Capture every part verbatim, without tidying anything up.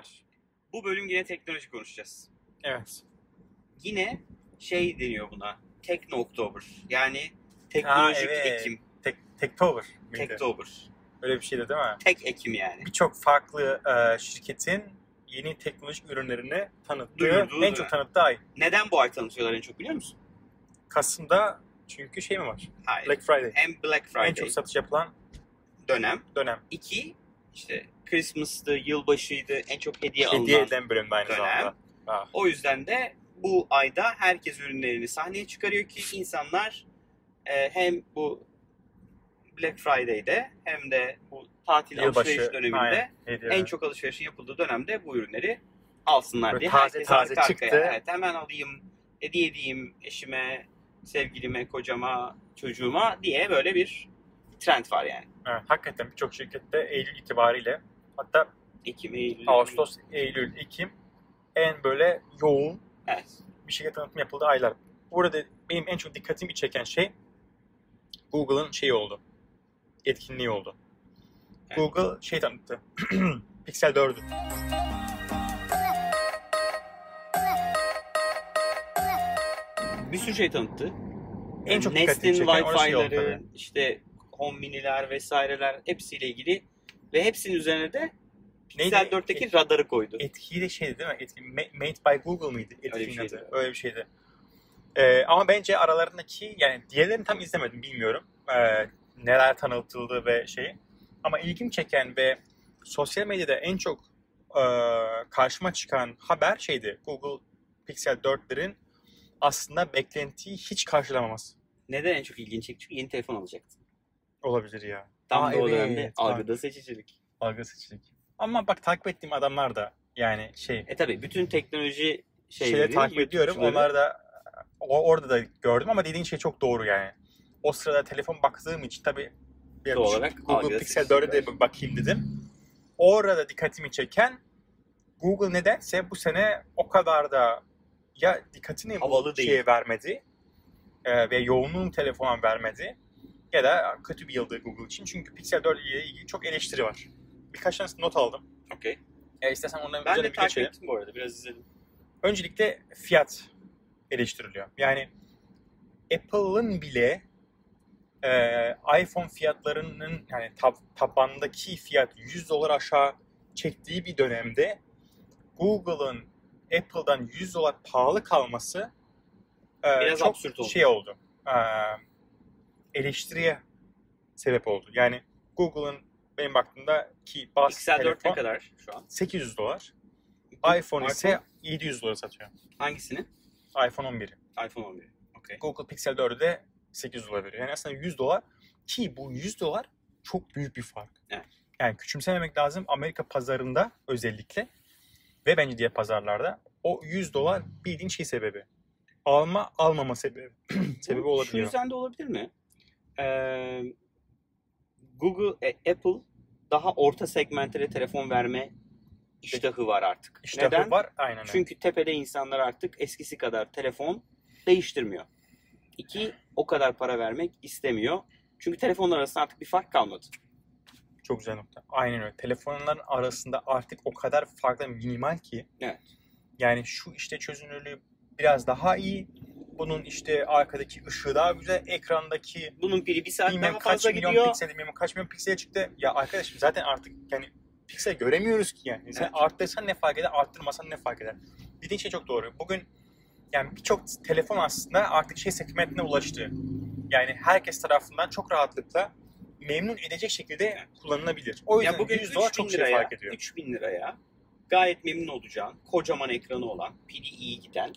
Merhabalar. Bu bölüm yine teknoloji konuşacağız. Evet. Yine şey deniyor buna. Tekno-Oktober. Yani Ha, teknolojik evet. Ekim. Tek, Tektober miydi? Tektober. Öyle bir şeydi değil mi? Tek Ekim yani. Birçok farklı e, şirketin yeni teknolojik ürünlerini tanıttığı, Duyurduğu en dönem. çok tanıttığı ay. Neden bu ay tanıtıyorlar en çok biliyor musun? Kasım'da çünkü şey mi var? Hayır. Black Friday. Hem Black Friday En çok satış yapılan dönem. dönem. İki, işte Christmas'tı, yılbaşıydı, en çok hediye alınan Hediye eden bölümde aynı dönem. zamanda. Ah. O yüzden de bu ayda herkes ürünlerini sahneye çıkarıyor ki insanlar e, hem bu Black Friday'de hem de bu tatil Yılbaşı, alışveriş döneminde aynen, hediye en eden. çok alışverişin yapıldığı dönemde bu ürünleri alsınlar Böyle diye taze herkes taze arka çıktı. arkaya, evet, hemen alayım, hediye edeyim eşime, sevgilime, kocama, çocuğuma diye böyle bir trend var yani. Evet, hakikaten birçok şirkette Eylül itibariyle, hatta Ekim, Eylül, Ağustos, Eylül, Ekim en böyle yoğun evet. bir şirket tanıtım yapıldığı aylar. Burada benim en çok dikkatimi çeken şey Google'ın şeyi oldu. Etkinliği oldu. Evet. Google şey tanıttı. Pixel dördü. Bir sürü şey tanıttı. En çok Nest'in dikkatimi çeken orası şey oldu Wi-Fi'ları, tabii. işte Home Mini'ler vesaireler hepsiyle ilgili ve hepsinin üzerine de Pixel Neydi? dörtteki Et- radarı koydu. Etkiyi de şeydi değil mi? Etki, Ma- Made by Google mıydı? Öyle bir Etkinin şeydi. adı. Öyle bir şeydi. Ee, ama bence aralarındaki, yani diğerlerini tam izlemedim, bilmiyorum. Ee, neler tanıtıldı ve şeyi. Ama ilgimi çeken ve sosyal medyada en çok e, karşıma çıkan haber şeydi. Google Pixel dörtlerin aslında beklentiyi hiç karşılamaması. Neden en çok ilgini çekti? Çünkü yeni telefon alacaktın. Olabilir ya. Tam Aa, da o evet, dönemde bak. algıda seçicilik. Algı seçilik. Ama bak, takip ettiğim adamlar da yani şey E tabi bütün teknoloji şeyleri şeyleri, takip ediyorum. YouTube'cuları- Onlar da o- orada da gördüm ama dediğin şey çok doğru yani. O sırada telefon baktığım için tabii bir Doğal şu olarak Google algıda Pixel seçicilik dörde de var. bir bakayım dedim. Orada dikkatimi çeken Google nedense bu sene o kadar da ya dikkatini Havalı bu değil. şeye vermedi e, ve yoğunluğunu telefona vermedi ya da kötü bir yıldı Google için. Çünkü Pixel dört ile ilgili çok eleştiri var. Birkaç tane not aldım. Okey. E, istersen onların Ben üzerine de bir takip geçelim. ettim bu arada. Biraz izledim. Öncelikle fiyat eleştiriliyor. Yani Apple'ın bile e, iPhone fiyatlarının, yani tab, tabandaki fiyat yüz dolar aşağı çektiği bir dönemde Google'ın Apple'dan yüz dolar pahalı kalması e, Biraz çok absürt olmuş. şey oldu. E, eleştiriye sebep oldu. Yani Google'ın benim baktığımda ki bas Pixel dört ne telefon kadar şu an? sekiz yüz dolar. iPhone ise yedi yüz dolara satıyor. Hangisini? iPhone on biri. iPhone on bir. Okey. Google Pixel dördü de sekiz yüz dolar veriyor. Yani aslında yüz dolar, ki bu yüz dolar çok büyük bir fark. Evet. Yani küçümsememek lazım. Amerika pazarında özellikle ve bence diğer pazarlarda o yüz dolar bildiğin şey sebebi. Alma almama sebebi. sebebi Bu Şu olabiliyor. yüzden de olabilir mi? Ee, Google, e, Apple daha orta segmentlere telefon verme iştahı var artık. İşte Neden? var. Aynen öyle. Çünkü tepede insanlar artık eskisi kadar telefon değiştirmiyor. İki, o kadar para vermek istemiyor. Çünkü telefonlar arasında artık bir fark kalmadı. Çok güzel nokta. Aynen öyle. Telefonların arasında artık o kadar farklı, minimal ki. Evet. Yani şu işte çözünürlüğü biraz daha iyi. Bunun işte arkadaki ışığı daha güzel. Ekrandaki Bunun pili bir saat bilmem daha kaç fazla milyon gidiyor. piksel, bilmem kaç milyon piksel çıktı. Ya arkadaşım zaten artık yani piksel göremiyoruz ki yani. Sen Evet. arttırsan ne fark eder, arttırmasan ne fark eder? Dediğin şey çok doğru. Bugün yani birçok telefon aslında artık şey segmentine ulaştı. Yani herkes tarafından çok rahatlıkla memnun edecek şekilde kullanılabilir. O yüzden Ya bugün yüz dolar üç bin çok şey liraya, fark ediyor. üç bin liraya gayet memnun olacağın, kocaman ekranı olan, pili iyi giden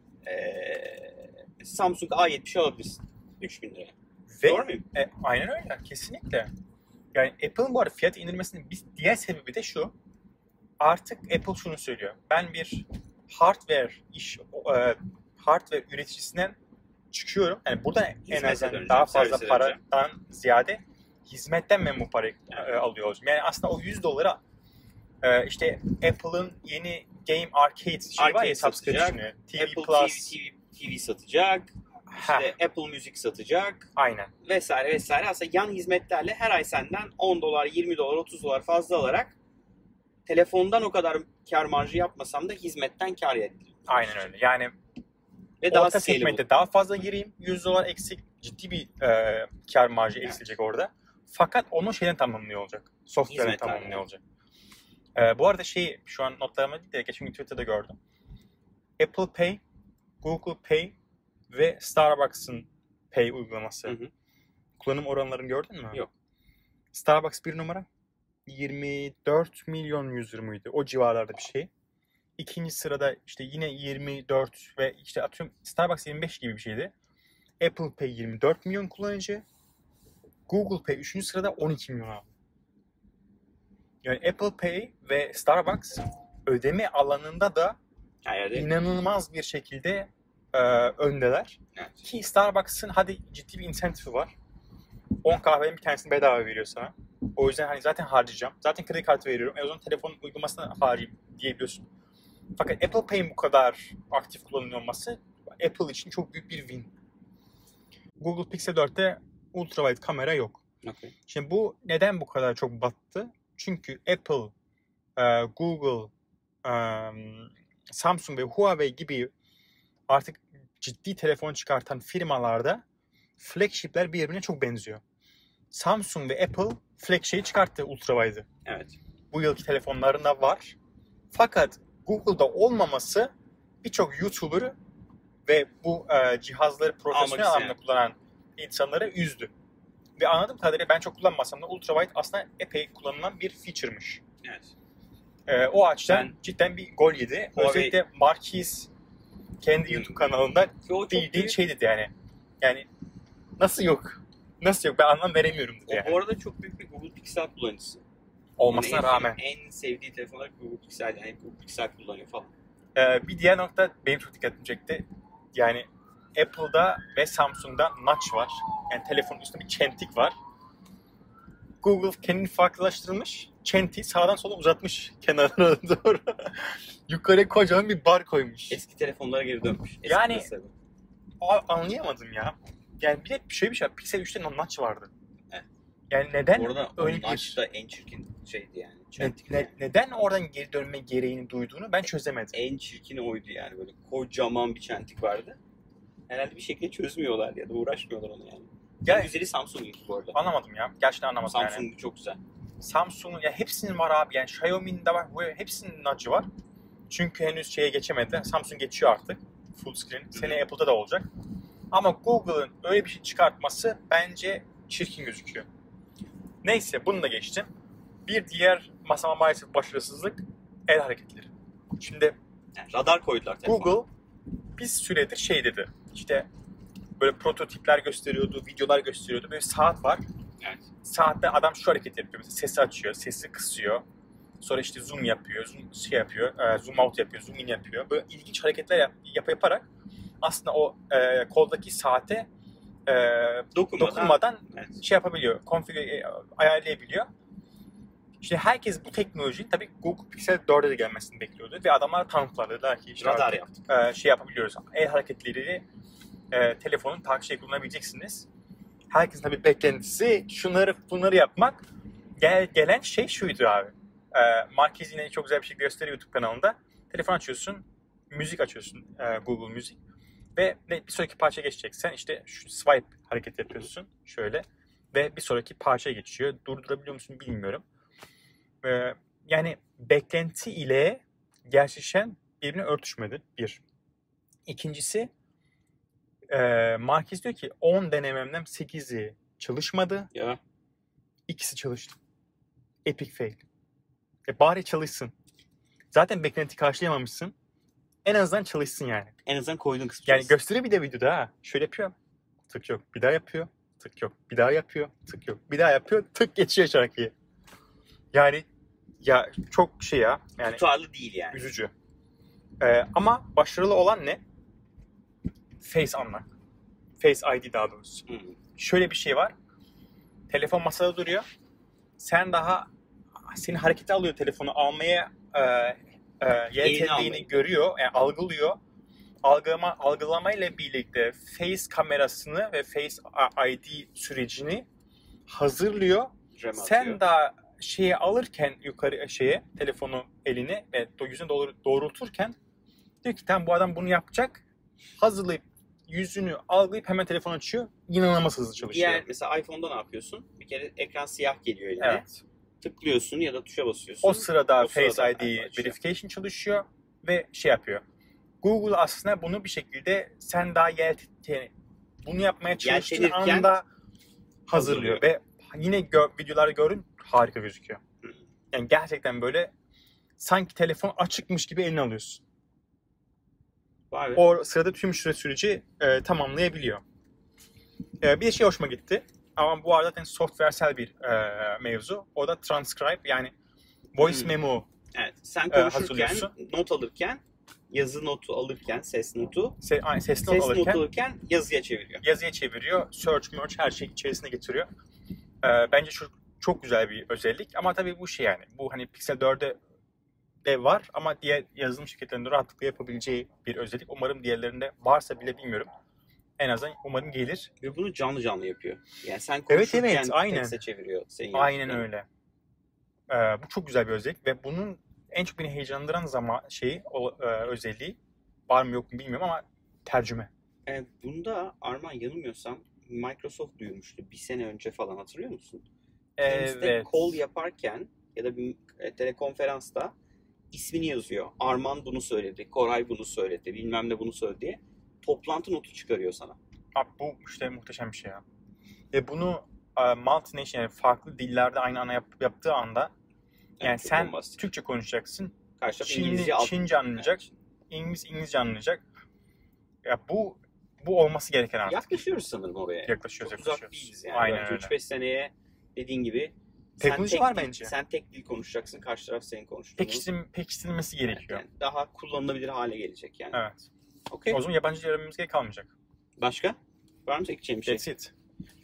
ee, Samsung A yetmiş alabilirsin. üç bin liraya. Ve Doğru muyum? e, aynen öyle, kesinlikle. Yani Apple'ın bu arada fiyat indirmesinin bir diğer sebebi de şu. Artık Apple şunu söylüyor. Ben bir hardware iş e, hardware üreticisinden çıkıyorum. Yani buradan en Hizmete azından döneceğim, daha fazla servise paradan ziyade hizmetten ben bu parayı Evet. e, alıyor olacağım. Yani aslında o yüz dolara e, işte Apple'ın yeni Game Arcade şey var Arcade ya, satacak, subscription'ı, T V Apple Plus. T V, T V satacak, Ha, işte Apple Müzik satacak aynen. vesaire vesaire. Aslında yan hizmetlerle her ay senden on dolar, yirmi dolar, otuz dolar fazla alarak telefondan o kadar kar marjı yapmasam da hizmetten kar ettim. Aynen öyle. Yani Ve daha orta scalable. segmentte daha fazla gireyim. yüz dolar eksik, ciddi bir e, kar marjı Evet. eksilecek orada. Fakat onu şeyden tamamlıyor olacak. Software'den Hizmetler tamamlıyor yani. olacak. E, bu arada şey, şu an notlarıma değil de geçen gün Twitter'da gördüm. Apple Pay, Google Pay ve Starbucks'ın Pay uygulaması. Hı hı. Kullanım oranlarını gördün mü? Yok. Starbucks bir numara. yirmi dört milyon user muydu? O civarlarda bir şey. İkinci sırada işte yine yirmi dört ve işte atıyorum Starbucks yirmi beş gibi bir şeydi. Apple Pay yirmi dört milyon kullanıcı. Google Pay üçüncü sırada on iki milyon abi. Yani Apple Pay ve Starbucks ödeme alanında da Her yerde. inanılmaz bir şekilde e, öndeler. Evet. Ki Starbucks'ın hadi ciddi bir incentive'ı var. on kahvenin bir tanesini bedava veriyor sana. O yüzden hani zaten harcayacağım. Zaten kredi kartı veriyorum. E o zaman telefon uygulamasına harcayayım diyebiliyorsun. Fakat Apple Pay'in bu kadar aktif kullanılıyor olması Apple için çok büyük bir win. Google Pixel dörtte ultrawide kamera yok. Okay. Şimdi bu neden bu kadar çok battı? Çünkü Apple, e, Google, e, Samsung ve Huawei gibi artık ciddi telefon çıkartan firmalarda flagship'ler birbirine çok benziyor. Samsung ve Apple flagship'i çıkarttı ultrawide'ı. Evet. Bu yılki telefonlarında var. Fakat Google'da olmaması birçok YouTuber'ı ve bu e, cihazları profesyonel Almak anlamda kullanan insanları üzdü. Ve anladığım kadarıyla ben çok kullanmasam da ultrawide aslında epey kullanılan bir feature'mış. Evet. E, o açıdan Ben- cidden bir gol yedi. Huawei- Özellikle Marquis kendi YouTube kanalında Ki o çok bildiğin büyük. şey dedi yani. Yani nasıl yok? Nasıl yok? Ben anlam veremiyorum dedi O yani. bu arada çok büyük bir Google Pixel kullanıcısı. Olmasına Yani en- rağmen. En sevdiği telefon olarak Google Pixel, yani Google Pixel kullanıyor falan. Ee, bir diğer nokta benim çok dikkatimi çekti. Yani Apple'da ve Samsung'da notch var. Yani telefonun üstünde bir çentik var. Google kendini farklılaştırmış. Çentiği sağdan sola uzatmış kenarına doğru. Yukarıya kocaman bir bar koymuş. Eski telefonlara geri dönmüş. Eski Yani- tasarım. A- anlayamadım ya. Yani bir de şöyle bir şey var. Pixel üçte notch vardı. Evet. Yani neden Bu arada öyle onun bir... aç da en çirkin şeydi yani. Ne- Çentik ne- yani. neden oradan geri dönme gereğini duyduğunu ben çözemedim. En çirkini oydu yani, böyle kocaman bir çentik vardı. Herhalde bir şekilde çözmüyorlar ya da uğraşmıyorlar ona yani. Ya- En güzeli Samsung'un bu arada. Anlamadım ya. Gerçekten anlamadım yani. Samsung çok güzel. Samsung'un ya hepsinin var abi. Yani Xiaomi'nin de var. Bu hepsinin notch'ı var. Çünkü henüz şeye geçemedi. Samsung geçiyor artık. Full screen. Seneye Apple'da da olacak. Ama Google'ın öyle bir şey çıkartması bence çirkin gözüküyor. Neyse bunu da geçtim. Bir diğer masama maalesef başarısızlık el hareketleri. Şimdi Yani radar koydular telefona. Google bir süredir şey dedi. İşte böyle prototipler gösteriyordu, videolar gösteriyordu. Böyle saat var. Evet. Saatte adam şu hareket yapıyor. Mesela sesi açıyor, sesi kısıyor. Sonra işte zoom yapıyor, zoom şey yapıyor, e, zoom out yapıyor, zoom in yapıyor. Böyle ilginç hareketler yap, yap yaparak aslında o e, koldaki saate e, Dokunmadan. dokunmadan Evet. şey yapabiliyor, konfigüre e, ayarlayabiliyor. İşte herkes bu teknolojinin tabii Google Pixel dörde de gelmesini bekliyordu ve adamlar tanıttılar, dediler ki işte Radar artık, yaptık. e, şey yapabiliyoruz. El hareketleriyle e, telefonun takip şey kullanabileceksiniz. Herkesin tabii beklentisi şunları bunları yapmak. Gel, gelen şey şuydu abi. E, Marquez yine çok güzel bir şey gösteriyor YouTube kanalında. Telefon açıyorsun, müzik açıyorsun, e, Google Müzik. Ve ne, bir sonraki parça geçeceksen işte şu swipe hareket yapıyorsun şöyle. Ve bir sonraki parça geçiyor. Durdurabiliyor musun bilmiyorum. E, yani beklenti ile gerçekten birbirine örtüşmedi. Bir. İkincisi e, Marquez diyor ki on denememden sekizi çalışmadı. Ya. İkisi çalıştı. Epic fail. E bari çalışsın. Zaten beklenti karşılayamamışsın. En azından çalışsın yani. En azından koyduğun kısmı. Yani çalışsın. gösteriyor bir de videoda ha. Şöyle yapıyor. Tık yok. Bir daha yapıyor. Tık yok. Bir daha yapıyor. Tık yok. Bir daha yapıyor. Tık geçiyor şarkıyı. Yani ya çok şey ya. Yani tutarlı değil yani. üzücü. Ee, ama başarılı olan ne? Face Unlock. Face I D daha doğrusu. Hı. Şöyle bir şey var. Telefon masada duruyor. Sen daha senin hareketi alıyor, telefonu almaya e, e, yeltendiğini almayı. görüyor, yani algılıyor. Algılama, algılamayla birlikte face kamerasını ve face I D sürecini hazırlıyor. Rem Sen atıyor. daha şeyi alırken yukarı şeye telefonu eline ve yüzüne doğru, doğrulturken diyor ki tamam bu adam bunu yapacak. Hazırlayıp yüzünü algılayıp hemen telefon açıyor. İnanılmaz hızlı çalışıyor. Diğer mesela iPhone'da ne yapıyorsun? Bir kere ekran siyah geliyor eline. Evet. Tıklıyorsun ya da tuşa basıyorsun. O sırada O Face sırada I D açıyor. verification çalışıyor ve şey yapıyor. Google aslında bunu bir şekilde sen daha yelten bunu yapmaya çalıştığın Yeltenirken anda hazırlıyor. hazırlıyor. Ve yine gö- videoları görün harika gözüküyor. Hı. Yani gerçekten böyle sanki telefon açıkmış gibi eline alıyorsun. Var mı? O sırada tüm süre süreci e, tamamlayabiliyor. E, bir de şey hoşuma gitti. Ama bu arada zaten softwaresel bir e, mevzu. O da transcribe yani voice Hmm. memo. Evet. Sen e, konuşurken, hazırlıyorsun. not alırken, yazı notu alırken, ses notu, Se, ay, sesli not ses alırken notu alırken yazıya çeviriyor. yazıya çeviriyor. Search, merge her şeyi içerisine getiriyor. E, bence çok, çok güzel bir özellik. Ama tabii bu şey yani. Bu hani Pixel dörtte de var ama diğer yazılım şirketlerinde rahatlıkla yapabileceği bir özellik. Umarım diğerlerinde varsa bile bilmiyorum. En azından umarım gelir. Ve bunu canlı canlı yapıyor. Yani sen Evet, konuşurken evet, aynen. tekste çeviriyor. Senin Aynen yaptığın. öyle. Ee, bu çok güzel bir özellik ve bunun en çok beni heyecanlandıran zaman şeyi, o e, özelliği var mı yok mu bilmiyorum ama tercüme. E, bunda Arman yanılmıyorsam Microsoft duyurmuştu bir sene önce falan, hatırlıyor musun? Teams'te Evet. call yaparken ya da bir e, telekonferansta ismini yazıyor. Arman bunu söyledi, Koray bunu söyledi, bilmem ne bunu söyledi diye toplantı notu çıkarıyor sana. Abi bu işte muhteşem bir şey ya. Ve bunu e, multinational yani farklı dillerde aynı ana yap, yaptığı anda yani Evet, çok sen bombastik. Türkçe konuşacaksın. Karşı taraf Çinli, İngilizce alt- Çince anlayacak. Evet. İngiliz İngilizce anlayacak. Ya bu bu olması gereken artık. Yaklaşıyoruz sanırım oraya. Yaklaşıyoruz, Çok uzak yaklaşıyoruz. değiliz yani. Aynen Bence öyle. üç beş seneye dediğin gibi Teknoloji tek var dil- bence. Sen tek dil konuşacaksın, karşı taraf senin konuştuğunu. Pekiştirim, pekiştirilmesi gerekiyor. Yani daha kullanılabilir hale gelecek yani. Evet. Okey. O zaman yabancı dil öğrenmemiz gerek kalmayacak. Başka? Var mı ekleyeceğim bir şey? That's it.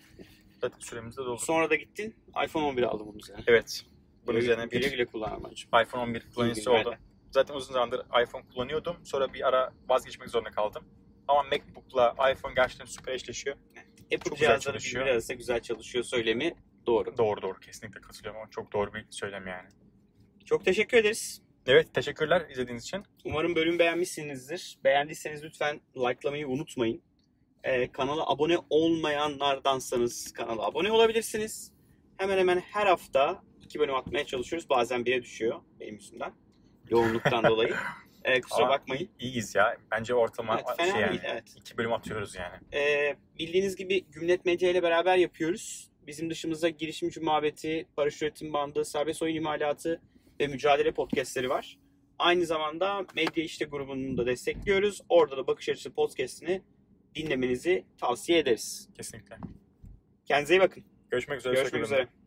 Zaten süremiz de doldu. Sonra da gittin, iPhone on bir aldın bunun üzerine. Evet. Bunun Güle- üzerine güle bir güle kullan Armancığım. iPhone on bir kullanıcısı İyi günler. oldu. Zaten uzun zamandır iPhone kullanıyordum. Sonra bir ara vazgeçmek zorunda kaldım. Ama MacBook'la iPhone gerçekten süper eşleşiyor. Apple güzel cihazları çalışıyor. birbiri arasında güzel çalışıyor söylemi doğru. Doğru doğru. Kesinlikle katılıyorum ama çok doğru bir söylem yani. Çok teşekkür ederiz. Evet, teşekkürler izlediğiniz için. Umarım bölüm beğenmişsinizdir. Beğendiyseniz lütfen likelamayı unutmayın. Ee, kanala abone olmayanlardansanız kanala abone olabilirsiniz. Hemen hemen her hafta iki bölüm atmaya çalışıyoruz. Bazen bire düşüyor benim yüzümden. Yoğunluktan dolayı. Ee, kusura Ama bakmayın. İyiyiz ya. Bence ortalama Evet, fena şey yani. değil, evet. İki bölüm atıyoruz yani. Ee, bildiğiniz gibi Gümlet Medya ile beraber yapıyoruz. Bizim dışımızda Girişimci Muhabbeti, Paraşüt Üretim Bandı, Serbest Oyun İmalatı ve Mücadele podcastleri var. Aynı zamanda Medya İşte grubunu da destekliyoruz. Orada da Bakış Açısı podcastini dinlemenizi tavsiye ederiz. Kesinlikle. Kendinize iyi bakın. Görüşmek üzere. Görüşmek Sonraki bölümde. üzere.